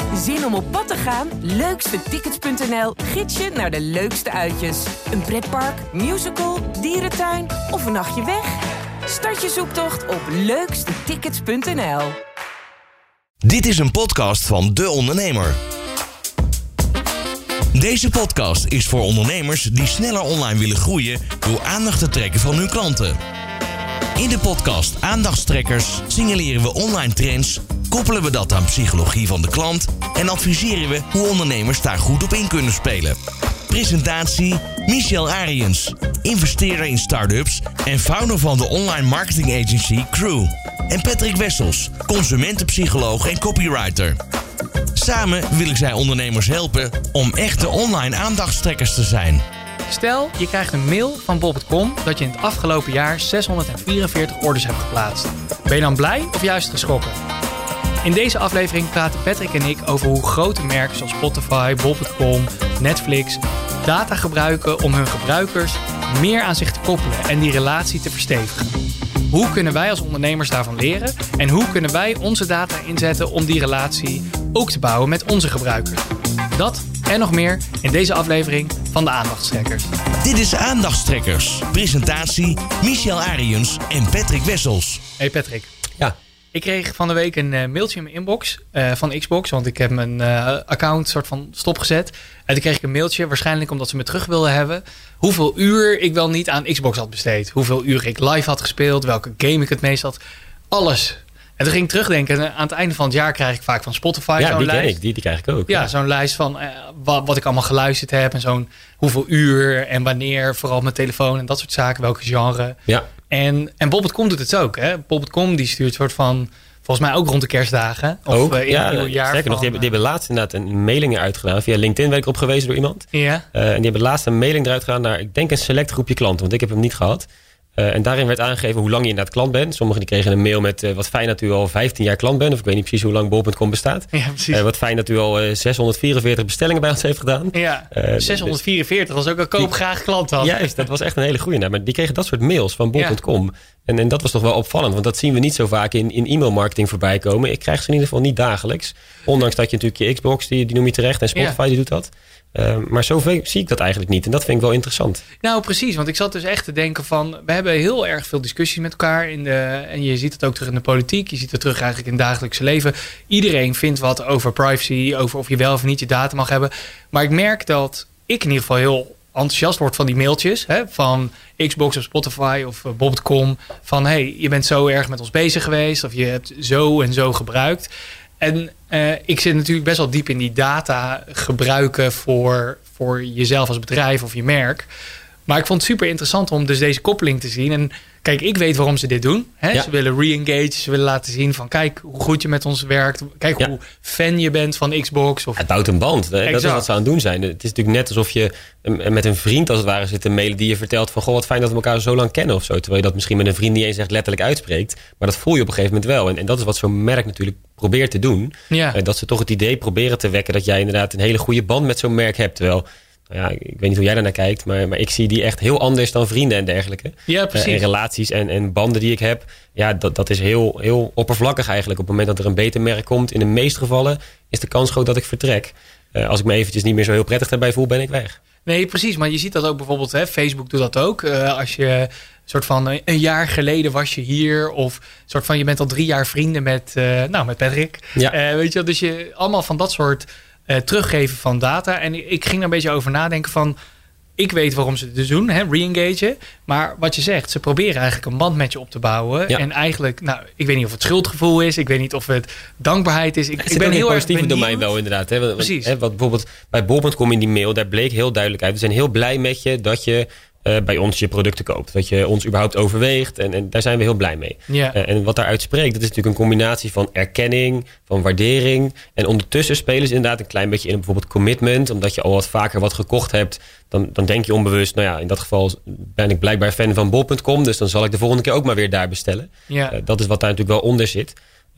Zin om op pad te gaan? Leukstetickets.nl gids je naar de leukste uitjes. Een pretpark, musical, dierentuin of een nachtje weg? Start je zoektocht op leukstetickets.nl. Dit is een podcast van De Ondernemer. Deze podcast is voor ondernemers die sneller online willen groeien door aandacht te trekken van hun klanten. In de podcast Aandachtstrekkers signaleren we online trends, koppelen we dat aan psychologie van de klant en adviseren we hoe ondernemers daar goed op in kunnen spelen. Presentatie Michel Ariens, investeerder in start-ups en founder van de online marketing agency Crew. En Patrick Wessels, consumentenpsycholoog en copywriter. Samen willen zij ondernemers helpen om echte online aandachtstrekkers te zijn. Stel, je krijgt een mail van bol.com dat je in het afgelopen jaar 644 orders hebt geplaatst. Ben je dan blij of juist geschrokken? In deze aflevering praten Patrick en ik over hoe grote merken zoals Spotify, bol.com, Netflix data gebruiken om hun gebruikers meer aan zich te koppelen en die relatie te verstevigen. Hoe kunnen wij als ondernemers daarvan leren? En hoe kunnen wij onze data inzetten om die relatie ook te bouwen met onze gebruikers? Dat en nog meer in deze aflevering van de Aandachtstrekkers. Dit is Aandachtstrekkers. Presentatie Michel Ariens en Patrick Wessels. Hey Patrick. Ja. Ik kreeg van de week een mailtje in mijn inbox van Xbox. Want ik heb mijn account soort van stopgezet. En toen kreeg ik een mailtje, waarschijnlijk omdat ze me terug wilden hebben. Hoeveel uur ik wel niet aan Xbox had besteed. Hoeveel uur ik live had gespeeld. Welke game ik het meest had. Alles. En toen ging ik terugdenken. Aan het einde van het jaar krijg ik vaak van Spotify zo'n lijst. Die krijg ik ook. Ja, zo'n lijst van wat ik allemaal geluisterd heb. En zo'n hoeveel uur en wanneer. Vooral op mijn telefoon en dat soort zaken. Welke genre. Ja. En bol.com doet het ook. Hè? Bol.com die stuurt soort van, volgens mij ook rond de kerstdagen. Of ook, in het nieuwe jaar. Zeker nog, die hebben laatst inderdaad een mailing uitgedaan. Via LinkedIn werd ik op gewezen door iemand. Ja. En die hebben laatst een mailing eruit gedaan naar, ik denk een select groepje klanten. Want ik heb hem niet gehad. En daarin werd aangegeven hoe lang je inderdaad klant bent. Sommigen die kregen een mail met wat fijn dat u al 15 jaar klant bent. Of ik weet niet precies hoe lang bol.com bestaat. Ja, precies. Wat fijn dat u al 644 bestellingen bij ons heeft gedaan. Ja, 644 was ook een koopgraag klant had. Juist, dat was echt een hele goede. Maar die kregen dat soort mails van bol.com. Ja. En dat was toch wel opvallend. Want dat zien we niet zo vaak in e-mailmarketing voorbij komen. Ik krijg ze in ieder geval niet dagelijks. Ondanks dat je natuurlijk je Xbox, die noem je terecht. En Spotify die doet dat. Maar zoveel zie ik dat eigenlijk niet. En dat vind ik wel interessant. Nou, precies. Want ik zat dus echt te denken van, we hebben heel erg veel discussies met elkaar. En je ziet het ook terug in de politiek. Je ziet het terug eigenlijk in het dagelijkse leven. Iedereen vindt wat over privacy. Over of je wel of niet je data mag hebben. Maar ik merk dat ik in ieder geval heel enthousiast word van die mailtjes. Hè, van Xbox of Spotify of bol.com. Van, hey, je bent zo erg met ons bezig geweest. Of je hebt zo en zo gebruikt. En ik zit natuurlijk best wel diep in die data gebruiken voor jezelf als bedrijf of je merk. Maar ik vond het super interessant om dus deze koppeling te zien. En kijk, ik weet waarom ze dit doen. Hè? Ja. Ze willen re-engage, ze willen laten zien van kijk hoe goed je met ons werkt. Kijk hoe fan je bent van Xbox. Of... Het bouwt een band. Dat is wat ze aan het doen zijn. Het is natuurlijk net alsof je met een vriend als het ware zit te mailen die je vertelt van goh, wat fijn dat we elkaar zo lang kennen of zo. Terwijl je dat misschien met een vriend niet eens echt letterlijk uitspreekt. Maar dat voel je op een gegeven moment wel. En dat is wat zo'n merk natuurlijk probeert te doen. Ja. Dat ze toch het idee proberen te wekken dat jij inderdaad een hele goede band met zo'n merk hebt. Terwijl, ja, ik weet niet hoe jij daarnaar kijkt, maar ik zie die echt heel anders dan vrienden en dergelijke. Ja, precies. En relaties en banden die ik heb, ja, dat is heel, heel oppervlakkig eigenlijk. Op het moment dat er een beter merk komt, in de meeste gevallen is de kans groot dat ik vertrek. Als ik me eventjes niet meer zo heel prettig daarbij voel, ben ik weg. Nee, precies. Maar je ziet dat ook bijvoorbeeld, hè, Facebook doet dat ook. Als je soort van een jaar geleden was je hier, of soort van je bent al 3 jaar vrienden met Patrick. Ja. Weet je, dus je allemaal van dat soort teruggeven van data. En ik ging er een beetje over nadenken van, ik weet waarom ze het dus doen, re-engagen. Maar wat je zegt, ze proberen eigenlijk een band met je op te bouwen. Ja. En eigenlijk, ik weet niet of het schuldgevoel is. Ik weet niet of het dankbaarheid is. Ik ben heel erg benieuwd. Domein wel inderdaad. Hè? Precies. Wat bijvoorbeeld bij bol.com in die mail, daar bleek heel duidelijk uit. We zijn heel blij met je dat je bij ons je producten koopt. Dat je ons überhaupt overweegt. En daar zijn we heel blij mee. Ja. En wat daaruit spreekt, dat is natuurlijk een combinatie van erkenning, van waardering. En ondertussen spelen ze inderdaad een klein beetje in bijvoorbeeld commitment. Omdat je al wat vaker wat gekocht hebt. Dan denk je onbewust, in dat geval ben ik blijkbaar fan van bol.com. Dus dan zal ik de volgende keer ook maar weer daar bestellen. Ja. Dat is wat daar natuurlijk wel onder zit.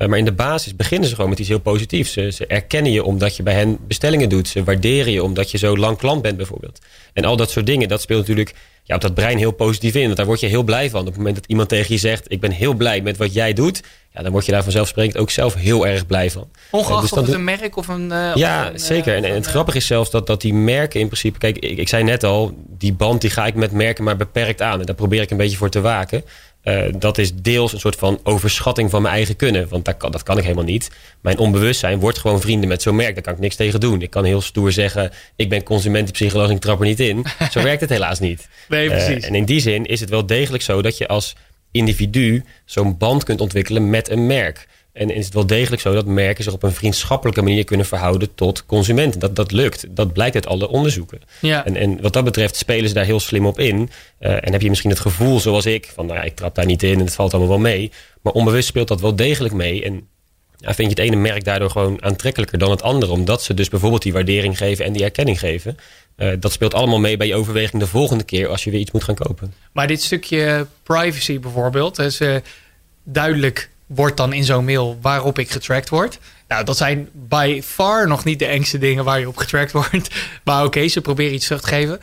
Maar in de basis beginnen ze gewoon met iets heel positiefs. Ze erkennen je omdat je bij hen bestellingen doet. Ze waarderen je omdat je zo lang klant bent bijvoorbeeld. En al dat soort dingen, dat speelt natuurlijk op dat brein heel positief in. Want daar word je heel blij van. Op het moment dat iemand tegen je zegt, ik ben heel blij met wat jij doet, dan word je daar vanzelfsprekend ook zelf heel erg blij van. Ongeacht dus of het een merk of een... zeker. En het grappige is zelfs dat die merken in principe... Kijk, ik zei net al, die band die ga ik met merken maar beperkt aan. En daar probeer ik een beetje voor te waken. Dat is deels een soort van overschatting van mijn eigen kunnen. Want dat kan ik helemaal niet. Mijn onbewustzijn wordt gewoon vrienden met zo'n merk. Daar kan ik niks tegen doen. Ik kan heel stoer zeggen, ik ben consumentenpsycholoog en ik trap er niet in. Zo werkt het helaas niet. Nee, precies. En in die zin is het wel degelijk zo dat je als individu zo'n band kunt ontwikkelen met een merk. En is het wel degelijk zo dat merken zich op een vriendschappelijke manier kunnen verhouden tot consumenten. Dat lukt. Dat blijkt uit alle onderzoeken. Ja. En wat dat betreft spelen ze daar heel slim op in. En heb je misschien het gevoel zoals ik, van ik trap daar niet in en het valt allemaal wel mee. Maar onbewust speelt dat wel degelijk mee. En vind je het ene merk daardoor gewoon aantrekkelijker dan het andere. Omdat ze dus bijvoorbeeld die waardering geven en die erkenning geven. Dat speelt allemaal mee bij je overweging de volgende keer als je weer iets moet gaan kopen. Maar dit stukje privacy bijvoorbeeld, is duidelijk wordt dan in zo'n mail waarop ik getracked word. Nou, dat zijn by far nog niet de engste dingen waar je op getracked wordt. Maar oké, ze proberen iets terug te geven.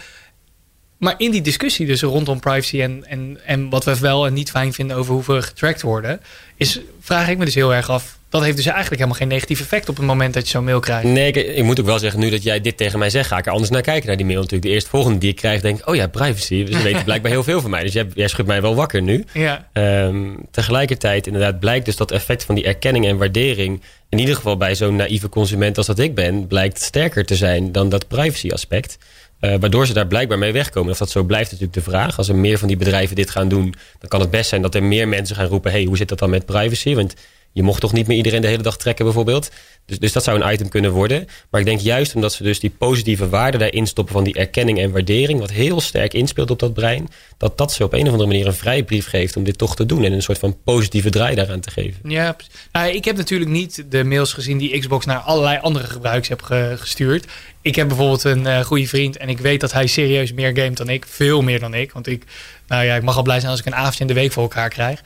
Maar in die discussie dus rondom privacy en wat we wel en niet fijn vinden over hoe we getracked worden, vraag ik me dus heel erg af. Dat heeft dus eigenlijk helemaal geen negatief effect op het moment dat je zo'n mail krijgt. Nee, ik moet ook wel zeggen, nu dat jij dit tegen mij zegt, ga ik er anders naar kijken naar die mail natuurlijk. De eerstvolgende die ik krijg, denk ik, privacy. Ze weten blijkbaar heel veel van mij. Dus jij schudt mij wel wakker nu. Ja. Tegelijkertijd inderdaad blijkt dus dat effect van die erkenning en waardering, in ieder geval bij zo'n naïeve consument als dat ik ben, blijkt sterker te zijn dan dat privacy aspect. Waardoor ze daar blijkbaar mee wegkomen. Of dat zo blijft natuurlijk de vraag. Als er meer van die bedrijven dit gaan doen, dan kan het best zijn dat er meer mensen gaan roepen, hoe zit dat dan met privacy? Want je mocht toch niet meer iedereen de hele dag trekken bijvoorbeeld. Dus dat zou een item kunnen worden. Maar ik denk juist omdat ze dus die positieve waarde daarin stoppen van die erkenning en waardering, wat heel sterk inspeelt op dat brein, dat ze op een of andere manier een vrijbrief geeft om dit toch te doen. En een soort van positieve draai daaraan te geven. Ja, ik heb natuurlijk niet de mails gezien die Xbox naar allerlei andere gebruikers heb gestuurd. Ik heb bijvoorbeeld een goede vriend en ik weet dat hij serieus meer gamet dan ik. Veel meer dan ik. Want ik mag al blij zijn als ik een avondje in de week voor elkaar krijg.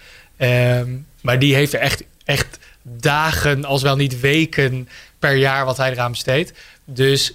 Maar die heeft er echt dagen, als wel niet weken per jaar wat hij eraan besteedt. Dus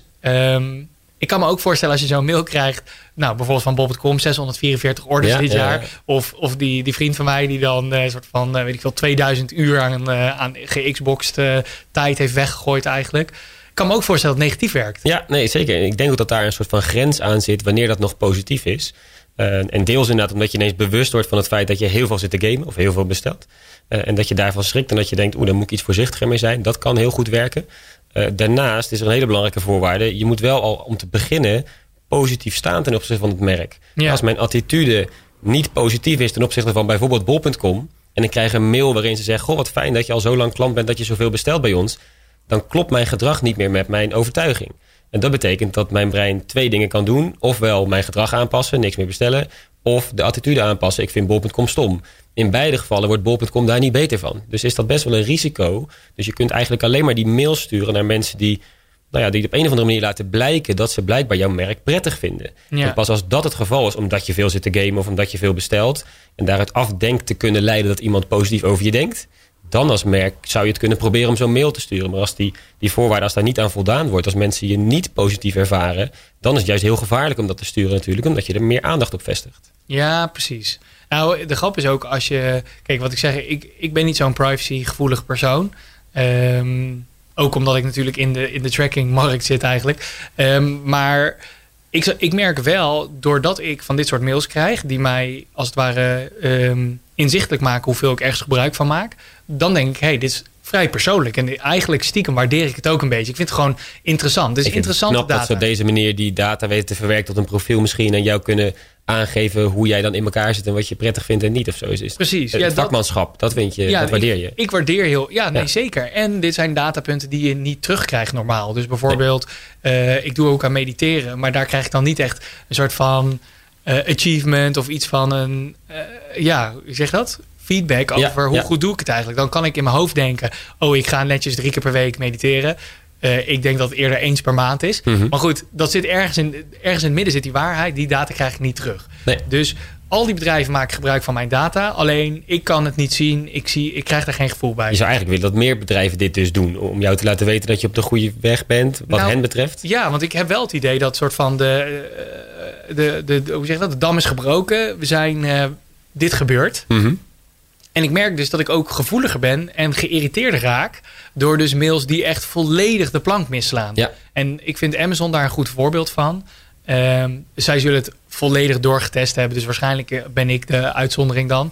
ik kan me ook voorstellen als je zo'n mail krijgt, bijvoorbeeld van Bob.com, 644 orders dit jaar. Of die vriend van mij die dan soort van, 2000 uur aan ge-Xboxed tijd heeft weggegooid eigenlijk. Ik kan me ook voorstellen dat het negatief werkt. Ja, nee, zeker. Ik denk ook dat daar een soort van grens aan zit wanneer dat nog positief is. En deels inderdaad omdat je ineens bewust wordt van het feit dat je heel veel zit te gamen of heel veel bestelt. En dat je daarvan schrikt en dat je denkt, daar moet ik iets voorzichtiger mee zijn. Dat kan heel goed werken. Daarnaast is er een hele belangrijke voorwaarde. Je moet wel al om te beginnen positief staan ten opzichte van het merk. Ja. Als mijn attitude niet positief is ten opzichte van bijvoorbeeld bol.com en ik krijg een mail waarin ze zeggen, wat fijn dat je al zo lang klant bent dat je zoveel bestelt bij ons, dan klopt mijn gedrag niet meer met mijn overtuiging. En dat betekent dat mijn brein 2 dingen kan doen. Ofwel mijn gedrag aanpassen, niks meer bestellen. Of de attitude aanpassen, ik vind bol.com stom. In beide gevallen wordt bol.com daar niet beter van. Dus is dat best wel een risico. Dus je kunt eigenlijk alleen maar die mail sturen naar mensen die op een of andere manier laten blijken dat ze blijkbaar jouw merk prettig vinden. Ja. En pas als dat het geval is, omdat je veel zit te gamen of omdat je veel bestelt, en daaruit afdenkt te kunnen leiden dat iemand positief over je denkt, dan als merk zou je het kunnen proberen om zo'n mail te sturen. Maar als die voorwaarden, als daar niet aan voldaan wordt, als mensen je niet positief ervaren, dan is het juist heel gevaarlijk om dat te sturen natuurlijk, omdat je er meer aandacht op vestigt. Ja, precies. Nou, de grap is ook als je, kijk wat ik zeg, ik ben niet zo'n privacy gevoelig persoon. Ook omdat ik natuurlijk in de trackingmarkt zit eigenlijk. Maar ik merk wel, doordat ik van dit soort mails krijg, die mij als het ware inzichtelijk maken hoeveel ik ergens gebruik van maak, dan denk ik, dit is vrij persoonlijk. En eigenlijk stiekem waardeer ik het ook een beetje. Ik vind het gewoon interessant. Dus interessante data. Dat ze op deze manier die data weten te verwerken tot een profiel misschien en jou kunnen aangeven hoe jij dan in elkaar zit en wat je prettig vindt en niet of zo is. Precies. Het vakmanschap, dat vind je, dat waardeer je. Ik waardeer heel, zeker. En dit zijn datapunten die je niet terugkrijgt normaal. Dus bijvoorbeeld, ik doe ook aan mediteren, maar daar krijg ik dan niet echt een soort van achievement of iets van een, hoe zeg dat? Feedback over hoe goed doe ik het eigenlijk. Dan kan ik in mijn hoofd denken, ik ga netjes 3 keer per week mediteren. Ik denk dat het eerder eens per maand is. Mm-hmm. Maar goed, dat zit ergens in het midden zit die waarheid. Die data krijg ik niet terug. Nee. Dus al die bedrijven maken gebruik van mijn data. Alleen ik kan het niet zien. Ik krijg daar geen gevoel bij. Je zou eigenlijk willen dat meer bedrijven dit dus doen. Om jou te laten weten dat je op de goede weg bent. Wat hen betreft. Ja, want ik heb wel het idee dat soort van hoe zeg je dat? De dam is gebroken. We zijn dit gebeurd. Mm-hmm. En ik merk dus dat ik ook gevoeliger ben en geïrriteerder raak door dus mails die echt volledig de plank misslaan. Ja. En ik vind Amazon daar een goed voorbeeld van. Zij zullen het volledig doorgetest hebben. Dus waarschijnlijk ben ik de uitzondering dan.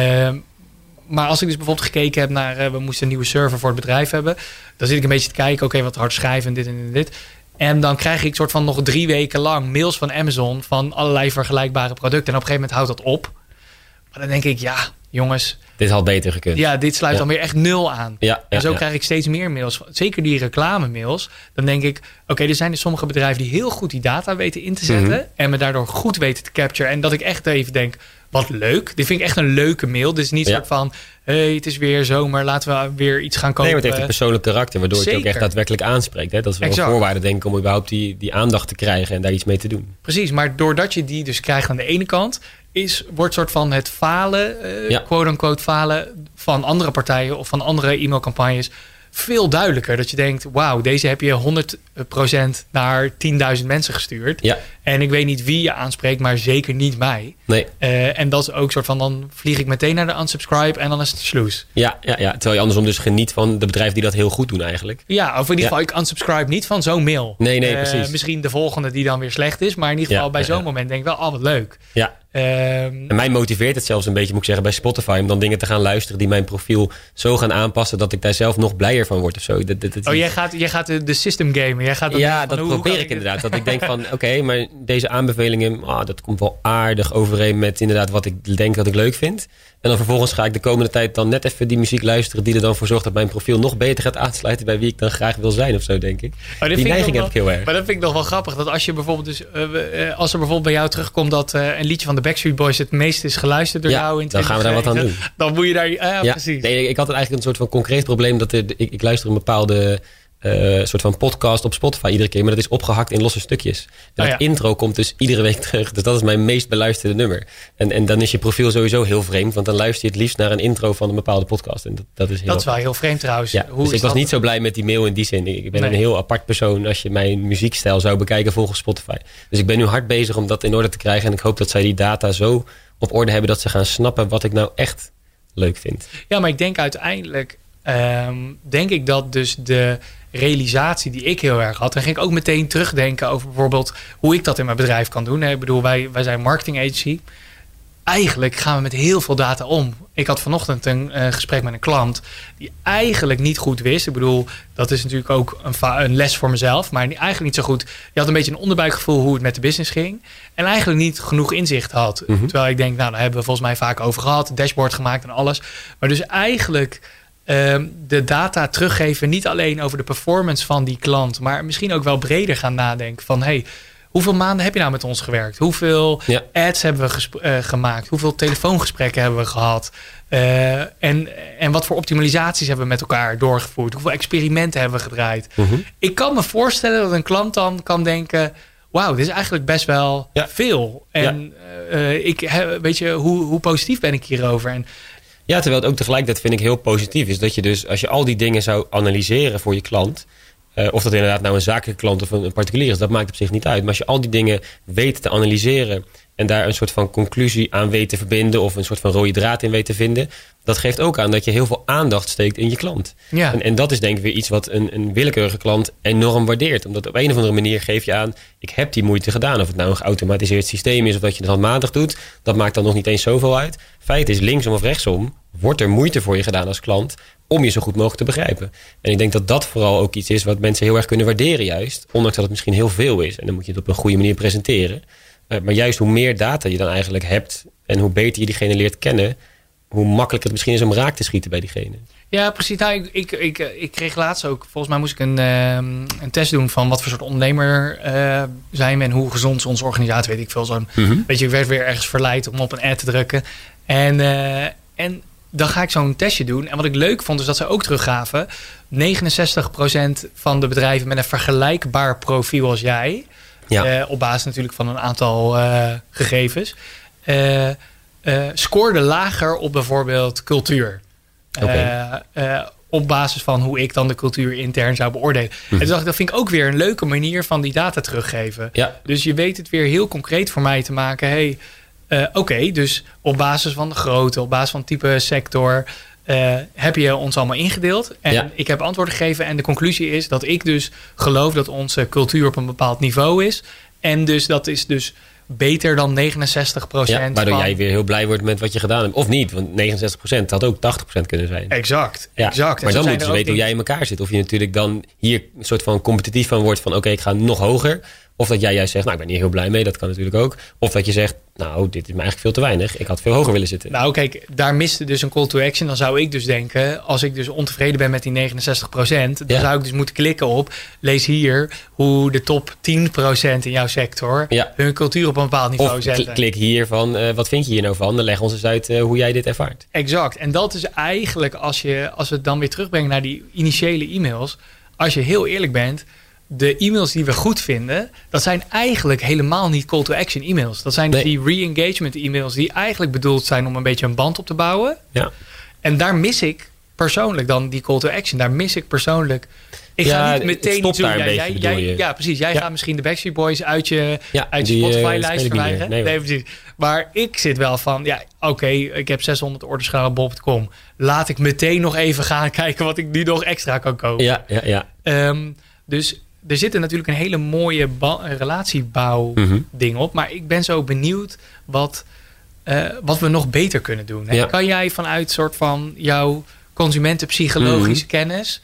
Maar als ik dus bijvoorbeeld gekeken heb naar... we moesten een nieuwe server voor het bedrijf hebben. Dan zit ik een beetje te kijken. Oké, wat hard schrijven en dit en dit. En dan krijg ik soort van nog 3 weken lang mails van Amazon van allerlei vergelijkbare producten. En op een gegeven moment houdt dat op. Maar dan denk ik, ja, jongens... Dit had beter gekund. Ja, dit sluit dan weer echt 0 aan. En zo krijg ik steeds meer mails. Zeker die reclame mails. Dan denk ik, oké, er zijn dus sommige bedrijven die heel goed die data weten in te zetten. Mm-hmm. En me daardoor goed weten te capture. En dat ik echt even denk, wat leuk. Dit vind ik echt een leuke mail. Dit is niet soort van, hey, het is weer zomer. Laten we weer iets gaan kopen. Nee, maar het heeft een persoonlijk karakter. Waardoor het je ook echt daadwerkelijk aanspreekt. Hè? Dat is wel een voorwaarde, denk ik, om überhaupt die aandacht te krijgen. En daar iets mee te doen. Precies, maar doordat je die dus krijgt aan de ene kant... wordt soort van het falen, quote-unquote falen... van andere partijen of van andere e-mailcampagnes... veel duidelijker. Dat je denkt, wauw, deze heb je 100% naar 10.000 mensen gestuurd. Ja. En ik weet niet wie je aanspreekt, maar zeker niet mij. Nee. En dat is ook soort van, dan vlieg ik meteen naar de unsubscribe en dan is het sloes. Ja. Terwijl je andersom dus geniet van de bedrijven die dat heel goed doen eigenlijk. Ja, of in ieder geval, ik unsubscribe niet van zo'n mail. Nee, precies. Misschien de volgende die dan weer slecht is. Maar in ieder geval bij zo'n moment denk ik wel, wat leuk. Ja. En mij motiveert het zelfs een beetje, moet ik zeggen, bij Spotify... om dan dingen te gaan luisteren die mijn profiel zo gaan aanpassen... dat ik daar zelf nog blijer van word of zo. Jij gaat de system gamen. Jij gaat dat probeer ik inderdaad. Dat ik denk van, oké, maar deze aanbevelingen... dat komt wel aardig overeen met inderdaad wat ik denk dat ik leuk vind. En dan vervolgens ga ik de komende tijd dan net even die muziek luisteren... die er dan voor zorgt dat mijn profiel nog beter gaat aansluiten... bij wie ik dan graag wil zijn of zo, denk ik. Die neiging heb ik heel erg. Maar dat vind ik nog wel grappig. Dat als je bijvoorbeeld dus, als er bijvoorbeeld bij jou terugkomt... dat een liedje van de Backstreet Boys het meest is geluisterd door jou... in dan gaan we daar wat aan doen. Dan moet je daar... precies. Nee, ik had eigenlijk een soort van concreet probleem... dat ik luister een bepaalde... soort van podcast op Spotify iedere keer. Maar dat is opgehakt in losse stukjes. En dat intro komt dus iedere week terug. Dus dat is mijn meest beluisterde nummer. En dan is je profiel sowieso heel vreemd. Want dan luister je het liefst naar een intro van een bepaalde podcast. En dat is wel heel vreemd trouwens. Ja, dus ik was niet zo blij met die mail in die zin. Ik ben een heel apart persoon als je mijn muziekstijl zou bekijken volgens Spotify. Dus ik ben nu hard bezig om dat in orde te krijgen. En ik hoop dat zij die data zo op orde hebben... dat ze gaan snappen wat ik nou echt leuk vind. Ja, maar ik denk uiteindelijk... denk ik dat dus de realisatie die ik heel erg had... en ging ik ook meteen terugdenken over bijvoorbeeld... hoe ik dat in mijn bedrijf kan doen. Ik bedoel, wij zijn een marketing agency. Eigenlijk gaan we met heel veel data om. Ik had vanochtend een gesprek met een klant... die eigenlijk niet goed wist. Ik bedoel, dat is natuurlijk ook een les voor mezelf... maar eigenlijk niet zo goed. Je had een beetje een onderbuikgevoel hoe het met de business ging... en eigenlijk niet genoeg inzicht had. Mm-hmm. Terwijl ik denk, nou, daar hebben we volgens mij vaak over gehad... dashboard gemaakt en alles. Maar dus eigenlijk... de data teruggeven, niet alleen over de performance van die klant... maar misschien ook wel breder gaan nadenken van... hey, hoeveel maanden heb je nou met ons gewerkt? Hoeveel ads hebben we gemaakt? Hoeveel telefoongesprekken hebben we gehad? En wat voor optimalisaties hebben we met elkaar doorgevoerd? Hoeveel experimenten hebben we gedraaid? Mm-hmm. Ik kan me voorstellen dat een klant dan kan denken... wauw, dit is eigenlijk best wel veel. En weet je, hoe positief ben ik hierover? En ja, terwijl het ook tegelijkertijd vind ik heel positief is... dat je dus, als je al die dingen zou analyseren voor je klant... of dat inderdaad nou een zakelijke klant of een particulier is... dat maakt op zich niet uit. Maar als je al die dingen weet te analyseren... en daar een soort van conclusie aan weet te verbinden... of een soort van rode draad in weet te vinden... dat geeft ook aan dat je heel veel aandacht steekt in je klant. Ja. En dat is denk ik weer iets wat een willekeurige klant enorm waardeert. Omdat op een of andere manier geef je aan... ik heb die moeite gedaan. Of het nou een geautomatiseerd systeem is... of dat je het handmatig doet... dat maakt dan nog niet eens zoveel uit. Feit is, linksom of rechtsom... wordt er moeite voor je gedaan als klant... om je zo goed mogelijk te begrijpen. En ik denk dat dat vooral ook iets is... wat mensen heel erg kunnen waarderen juist. Ondanks dat het misschien heel veel is. En dan moet je het op een goede manier presenteren. Maar juist hoe meer data je dan eigenlijk hebt... en hoe beter je diegene leert kennen... hoe makkelijker het misschien is om raak te schieten bij diegene. Ja, precies. Nou, ik kreeg laatst ook... volgens mij moest ik een test doen... van wat voor soort ondernemer zijn we... en hoe gezond is onze organisatie, weet ik veel. Weet je, ik werd weer ergens verleid om op een ad te drukken. En dan ga ik zo'n testje doen. En wat ik leuk vond, is dat ze ook teruggaven... 69% van de bedrijven met een vergelijkbaar profiel als jij... op basis natuurlijk van een aantal gegevens... scoorde lager op bijvoorbeeld cultuur. Op basis van hoe ik dan de cultuur intern zou beoordelen. En toen dacht ik, dat vind ik ook weer een leuke manier van die data teruggeven. Ja. Dus je weet het weer heel concreet voor mij te maken. Dus op basis van de grootte, op basis van type sector, heb je ons allemaal ingedeeld. En ik heb antwoorden gegeven. En de conclusie is dat ik dus geloof dat onze cultuur op een bepaald niveau is. En dus dat is dus beter dan 69%. Ja, waardoor jij weer heel blij wordt met wat je gedaan hebt. Of niet, want 69% had ook 80% kunnen zijn. Exact. Maar dan moeten ze weten hoe jij in elkaar zit. Of je natuurlijk dan hier een soort van competitief van wordt van oké, ik ga nog hoger. Of dat jij juist zegt, nou, ik ben hier heel blij mee. Dat kan natuurlijk ook. Of dat je zegt, nou, dit is me eigenlijk veel te weinig. Ik had veel hoger willen zitten. Nou, kijk, daar miste dus een call to action. Dan zou ik dus denken, als ik dus ontevreden ben met die 69%... dan zou ik dus moeten klikken op, lees hier hoe de top 10% in jouw sector hun cultuur op een bepaald niveau zetten. Klik hier van, wat vind je hier nou van? Dan leg ons eens uit hoe jij dit ervaart. Exact. En dat is eigenlijk, als we het dan weer terugbrengen naar die initiële e-mails, als je heel eerlijk bent, de e-mails die we goed vinden, dat zijn eigenlijk helemaal niet call to action e-mails. Dat zijn die re-engagement e-mails die eigenlijk bedoeld zijn om een beetje een band op te bouwen. Ja. En daar mis ik persoonlijk dan die call to action. Daar mis ik persoonlijk. Ik ga niet meteen iets doen. Ja, precies. Jij gaat misschien de Backstreet Boys uit je Spotify-lijst verwijderen. Nee, precies. Maar ik zit wel van, ik heb 600 orders gedaan op bol.com. Laat ik meteen nog even gaan kijken wat ik nu nog extra kan kopen. Dus er zit er natuurlijk een hele mooie relatiebouw ding op. Maar ik ben zo benieuwd wat we nog beter kunnen doen. Ja. Kan jij vanuit soort van jouw consumentenpsychologische kennis,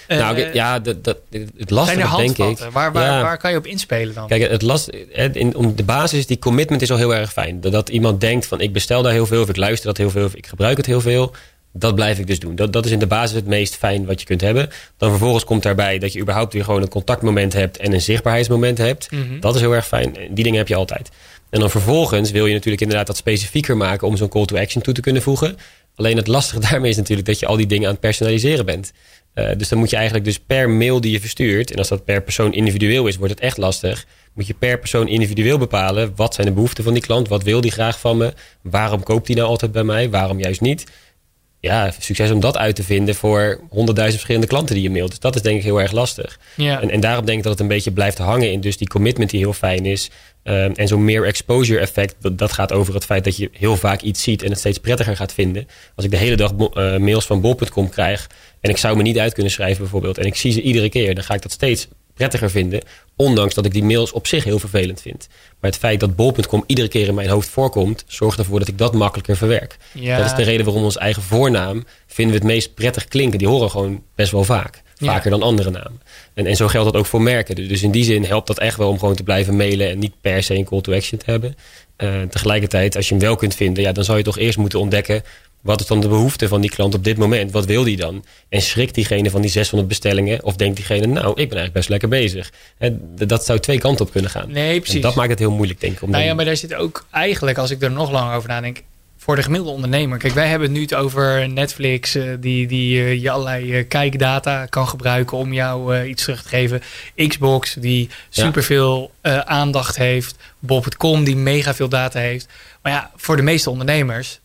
het lastige, zijn er handvatten? Denk ik. Waar kan je op inspelen dan? Kijk, de basis, die commitment is al heel erg fijn. Dat iemand denkt van, ik bestel daar heel veel, of ik luister dat heel veel, of ik gebruik het heel veel. Dat blijf ik dus doen. Dat is in de basis het meest fijn wat je kunt hebben. Dan vervolgens komt daarbij dat je überhaupt weer gewoon een contactmoment hebt en een zichtbaarheidsmoment hebt. Dat is heel erg fijn. Die dingen heb je altijd. En dan vervolgens wil je natuurlijk inderdaad dat specifieker maken om zo'n call to action toe te kunnen voegen. Alleen het lastige daarmee is natuurlijk dat je al die dingen aan het personaliseren bent. Dus dan moet je eigenlijk dus per mail die je verstuurt, en als dat per persoon individueel is, wordt het echt lastig. Moet je per persoon individueel bepalen, wat zijn de behoeften van die klant? Wat wil die graag van me? Waarom koopt die nou altijd bij mij? Waarom juist niet? Ja, succes om dat uit te vinden voor 100.000 verschillende klanten die je mailt. Dus dat is denk ik heel erg lastig. Ja. En daarom denk ik dat het een beetje blijft hangen in dus die commitment die heel fijn is. En zo'n meer exposure effect, dat gaat over het feit dat je heel vaak iets ziet en het steeds prettiger gaat vinden. Als ik de hele dag mails van bol.com krijg en ik zou me niet uit kunnen schrijven bijvoorbeeld, en ik zie ze iedere keer, dan ga ik dat steeds prettiger vinden. Ondanks dat ik die mails op zich heel vervelend vind. Maar het feit dat bol.com iedere keer in mijn hoofd voorkomt, zorgt ervoor dat ik dat makkelijker verwerk. Ja. Dat is de reden waarom onze eigen voornaam vinden we het meest prettig klinken. Die horen gewoon best wel vaak. Vaker dan andere namen. En zo geldt dat ook voor merken. Dus in die zin helpt dat echt wel om gewoon te blijven mailen en niet per se een call to action te hebben. Tegelijkertijd, als je hem wel kunt vinden, dan zou je toch eerst moeten ontdekken, wat is dan de behoefte van die klant op dit moment? Wat wil die dan? En schrikt diegene van die 600 bestellingen? Of denkt diegene, nou, ik ben eigenlijk best lekker bezig. Dat zou twee kanten op kunnen gaan. Nee, precies. En dat maakt het heel moeilijk, denk ik. Maar daar zit ook eigenlijk, als ik er nog langer over nadenk, voor de gemiddelde ondernemer. Kijk, wij hebben het nu over Netflix, die je allerlei kijkdata kan gebruiken om jou iets terug te geven. Xbox, die superveel aandacht heeft. Bol.com, die mega veel data heeft. Maar ja, voor de meeste ondernemers,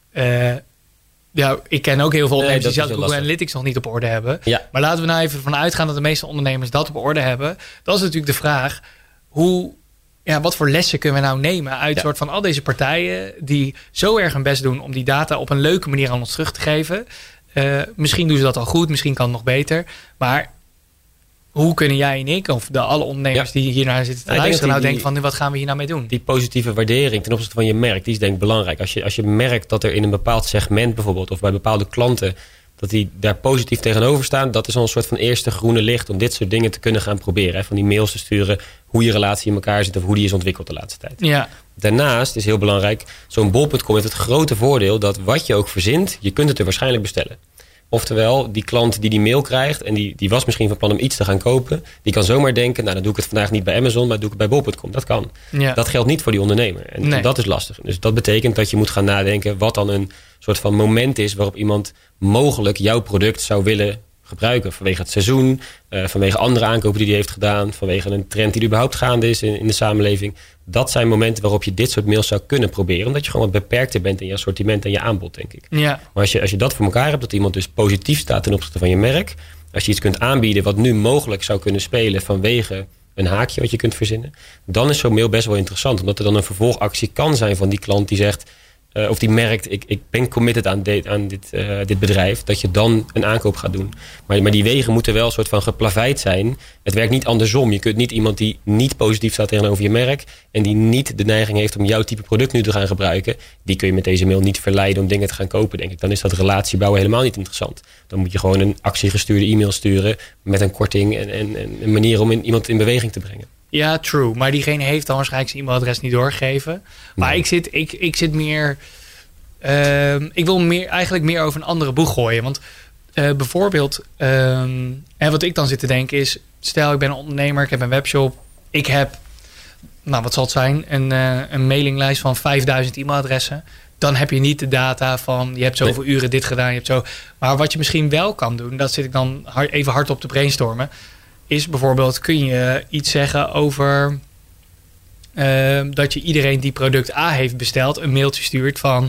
ik ken ook heel veel ondernemers die zelfs Google Analytics nog niet op orde hebben. Ja. Maar laten we nou even vanuit gaan dat de meeste ondernemers dat op orde hebben. Dat is natuurlijk de vraag, wat voor lessen kunnen we nou nemen uit soort van al deze partijen die zo erg hun best doen om die data op een leuke manier aan ons terug te geven. Misschien doen ze dat al goed, misschien kan het nog beter. Maar hoe kunnen jij en ik, of alle ondernemers die hiernaar zitten te luisteren, denken van, wat gaan we hier nou mee doen? Die positieve waardering ten opzichte van je merk, die is denk ik belangrijk. Als je merkt dat er in een bepaald segment bijvoorbeeld, of bij bepaalde klanten, dat die daar positief tegenover staan, dat is al een soort van eerste groene licht om dit soort dingen te kunnen gaan proberen. Hè? Van die mails te sturen, hoe je relatie in elkaar zit of hoe die is ontwikkeld de laatste tijd. Ja. Daarnaast is heel belangrijk, zo'n bol.com heeft het grote voordeel dat wat je ook verzint, je kunt het er waarschijnlijk bestellen. Oftewel, die klant die mail krijgt en die was misschien van plan om iets te gaan kopen, die kan zomaar denken, nou dan doe ik het vandaag niet bij Amazon, maar doe ik het bij bol.com. Dat kan. Ja. Dat geldt niet voor die ondernemer. En dat is lastig. Dus dat betekent dat je moet gaan nadenken wat dan een soort van moment is waarop iemand mogelijk jouw product zou willen gebruiken. Vanwege het seizoen, vanwege andere aankopen die hij heeft gedaan, vanwege een trend die er überhaupt gaande is in de samenleving. Dat zijn momenten waarop je dit soort mails zou kunnen proberen. Omdat je gewoon wat beperkter bent in je assortiment en je aanbod, denk ik. Ja. Maar als je dat voor elkaar hebt, dat iemand dus positief staat ten opzichte van je merk. Als je iets kunt aanbieden wat nu mogelijk zou kunnen spelen vanwege een haakje wat je kunt verzinnen, dan is zo'n mail best wel interessant. Omdat er dan een vervolgactie kan zijn van die klant die zegt, of die merkt, ik ben committed aan dit bedrijf, dat je dan een aankoop gaat doen. Maar die wegen moeten wel een soort van geplaveid zijn. Het werkt niet andersom. Je kunt niet iemand die niet positief staat tegenover je merk en die niet de neiging heeft om jouw type product nu te gaan gebruiken, die kun je met deze mail niet verleiden om dingen te gaan kopen, denk ik. Dan is dat relatiebouwen helemaal niet interessant. Dan moet je gewoon een actiegestuurde e-mail sturen met een korting en een manier om iemand in beweging te brengen. Ja, true. Maar diegene heeft dan waarschijnlijk zijn e-mailadres niet doorgegeven. Maar nee. ik zit meer... ik wil eigenlijk meer over een andere boeg gooien. Want bijvoorbeeld... en wat ik dan zit te denken is... Stel, ik ben een ondernemer, ik heb een webshop. Ik heb, wat zal het zijn? Een mailinglijst van 5000 e-mailadressen. Dan heb je niet de data van... Je hebt zoveel uren dit gedaan, je hebt zo... Maar wat je misschien wel kan doen... Dat zit ik dan even hard op te brainstormen... is bijvoorbeeld, kun je iets zeggen over dat je iedereen die product A heeft besteld een mailtje stuurt van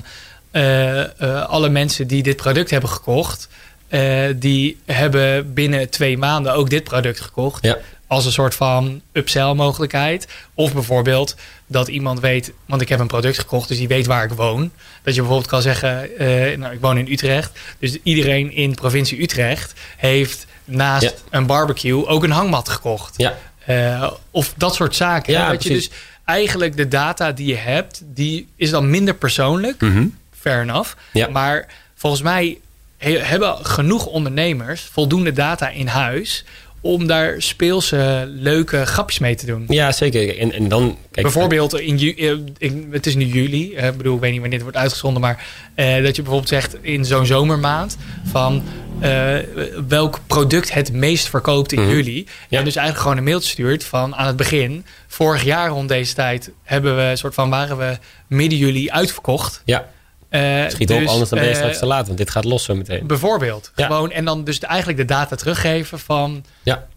alle mensen die dit product hebben gekocht, die hebben binnen 2 maanden ook dit product gekocht. Ja. Als een soort van upsell mogelijkheid. Of bijvoorbeeld dat iemand weet, want ik heb een product gekocht, dus die weet waar ik woon. Dat je bijvoorbeeld kan zeggen, ik woon in Utrecht. Dus iedereen in provincie Utrecht heeft naast een barbecue ook een hangmat gekocht. Ja. Of dat soort zaken. Ja, dat je dus eigenlijk de data die je hebt, die is dan minder persoonlijk. Mm-hmm. Fair enough. Ja. Maar volgens mij hebben genoeg ondernemers voldoende data in huis om daar speelse, leuke grapjes mee te doen. Ja, zeker. En dan, kijk, bijvoorbeeld, het is nu juli. Ik weet niet wanneer dit wordt uitgezonden, maar dat je bijvoorbeeld zegt in zo'n zomermaand van welk product het meest verkoopt in juli. Ja. En dus eigenlijk gewoon een mailtje stuurt van aan het begin. Vorig jaar rond deze tijd waren we midden juli uitverkocht. Ja. Schiet op, anders dan ben je straks te laat, want dit gaat los zo meteen. Bijvoorbeeld. Ja. Gewoon, en dan dus eigenlijk de data teruggeven van... Ja.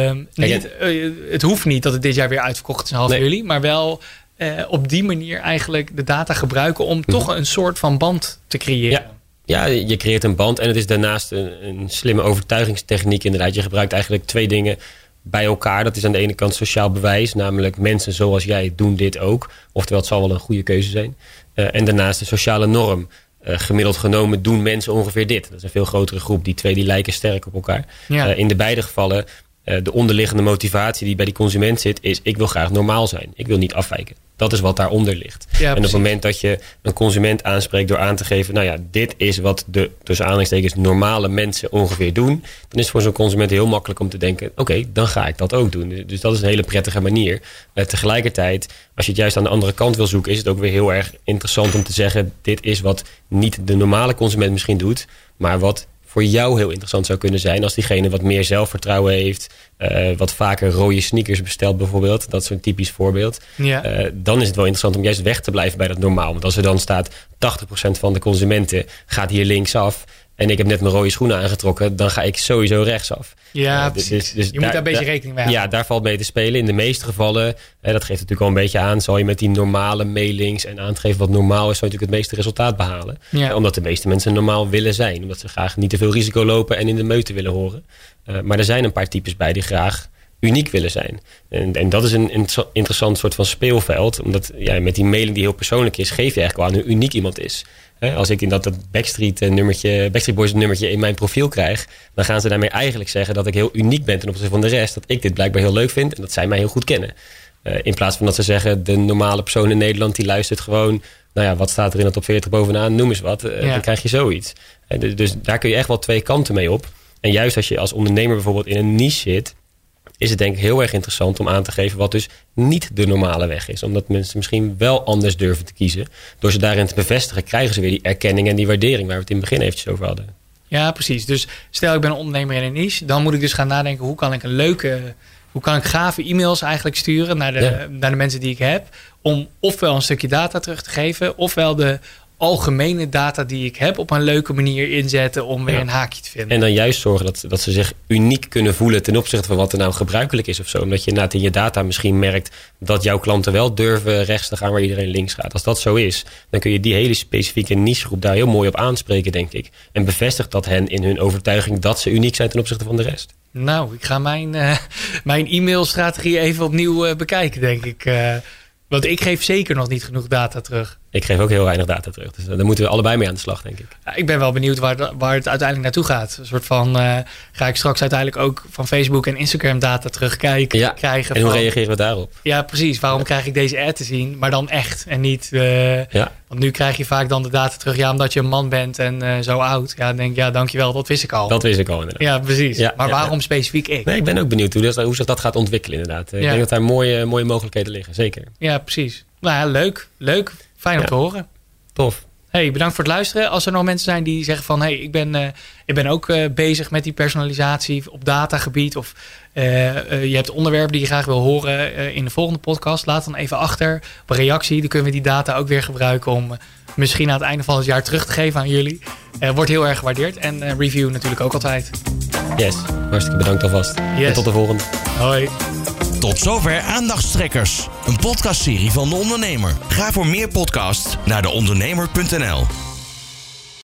Het hoeft niet dat het dit jaar weer uitverkocht is in half juli, maar wel op die manier eigenlijk de data gebruiken om toch een soort van band te creëren. Ja, je creëert een band en het is daarnaast een slimme overtuigingstechniek inderdaad. Je gebruikt eigenlijk 2 dingen bij elkaar. Dat is aan de ene kant sociaal bewijs, namelijk mensen zoals jij doen dit ook. Oftewel, het zal wel een goede keuze zijn. En daarnaast de sociale norm. Gemiddeld genomen doen mensen ongeveer dit. Dat is een veel grotere groep. Die 2 die lijken sterk op elkaar. Ja. In de beide gevallen, de onderliggende motivatie die bij die consument zit, is ik wil graag normaal zijn. Ik wil niet afwijken. Dat is wat daaronder ligt. Ja, en op het moment dat je een consument aanspreekt door aan te geven, dit is wat de tussen aanhalingstekens normale mensen ongeveer doen, dan is het voor zo'n consument heel makkelijk om te denken, oké, dan ga ik dat ook doen. Dus dat is een hele prettige manier. Tegelijkertijd, als je het juist aan de andere kant wil zoeken, is het ook weer heel erg interessant om te zeggen, dit is wat niet de normale consument misschien doet, maar wat voor jou heel interessant zou kunnen zijn als diegene wat meer zelfvertrouwen heeft, wat vaker rode sneakers bestelt bijvoorbeeld. Dat is zo'n typisch voorbeeld. Ja. Dan is het wel interessant om juist weg te blijven bij dat normaal. Want als er dan staat 80% van de consumenten gaat hier linksaf en ik heb net mijn rode schoenen aangetrokken, dan ga ik sowieso rechtsaf. Ja, dus je moet daar een beetje rekening mee houden. Ja, daar valt mee te spelen. In de meeste gevallen, dat geeft natuurlijk al een beetje aan, zal je met die normale mailings en aan te geven wat normaal is, zal je natuurlijk het meeste resultaat behalen. Ja. Omdat de meeste mensen normaal willen zijn. Omdat ze graag niet te veel risico lopen en in de meute willen horen. Maar er zijn een paar types bij die graag uniek willen zijn. En dat is een interessant soort van speelveld. Omdat met die mailing die heel persoonlijk is, geef je eigenlijk wel aan hoe uniek iemand is. Als ik in dat Backstreet Boys nummertje in mijn profiel krijg, dan gaan ze daarmee eigenlijk zeggen dat ik heel uniek ben ten opzichte van de rest. Dat ik dit blijkbaar heel leuk vind en dat zij mij heel goed kennen. In plaats van dat ze zeggen, de normale persoon in Nederland die luistert gewoon, wat staat er in de top 40 bovenaan, noem eens wat. Dan krijg je zoiets. Dus daar kun je echt wel 2 kanten mee op. En juist als je als ondernemer bijvoorbeeld in een niche zit, is het denk ik heel erg interessant om aan te geven wat dus niet de normale weg is. Omdat mensen misschien wel anders durven te kiezen. Door ze daarin te bevestigen krijgen ze weer die erkenning en die waardering waar we het in het begin eventjes over hadden. Ja, precies. Dus stel ik ben een ondernemer in een niche, dan moet ik dus gaan nadenken hoe kan ik gave e-mails eigenlijk sturen naar de mensen die ik heb. Om ofwel een stukje data terug te geven, ofwel de algemene data die ik heb op een leuke manier inzetten om weer een haakje te vinden. En dan juist zorgen dat ze zich uniek kunnen voelen ten opzichte van wat er nou gebruikelijk is of zo. Omdat je inderdaad in je data misschien merkt dat jouw klanten wel durven rechts te gaan waar iedereen links gaat. Als dat zo is, dan kun je die hele specifieke nichegroep daar heel mooi op aanspreken, denk ik. En bevestigt dat hen in hun overtuiging dat ze uniek zijn ten opzichte van de rest. Nou, ik ga mijn e-mailstrategie even opnieuw bekijken, denk ik. Want ik geef zeker nog niet genoeg data terug. Ik geef ook heel weinig data terug. Dus daar moeten we allebei mee aan de slag, denk ik. Ja, ik ben wel benieuwd waar het uiteindelijk naartoe gaat. Een soort van, ga ik straks uiteindelijk ook van Facebook en Instagram data terugkijken. En hoe reageren we daarop? Ja, precies. Waarom krijg ik deze ad te zien? Maar dan echt en niet... Want nu krijg je vaak dan de data terug. Ja, omdat je een man bent en zo oud. Ja, dan denk ik, dankjewel, dat wist ik al. Dat wist ik al, inderdaad. Ja, precies. Maar waarom specifiek ik? Nee, ik ben ook benieuwd hoe zich dat gaat ontwikkelen, inderdaad. Ik denk dat daar mooie mogelijkheden liggen, zeker. Ja, precies. Nou ja, leuk. Fijn om te horen. Tof. Hey, bedankt voor het luisteren. Als er nog mensen zijn die zeggen van... ik ben ook bezig met die personalisatie op datagebied... of je hebt onderwerpen die je graag wil horen in de volgende podcast... laat dan even achter op een reactie. Dan kunnen we die data ook weer gebruiken... om misschien aan het einde van het jaar terug te geven aan jullie. Wordt heel erg gewaardeerd. En review natuurlijk ook altijd. Yes, hartstikke bedankt alvast. Yes. En tot de volgende. Hoi. Tot zover Aandachtstrekkers, een podcastserie van De Ondernemer. Ga voor meer podcasts naar deondernemer.nl.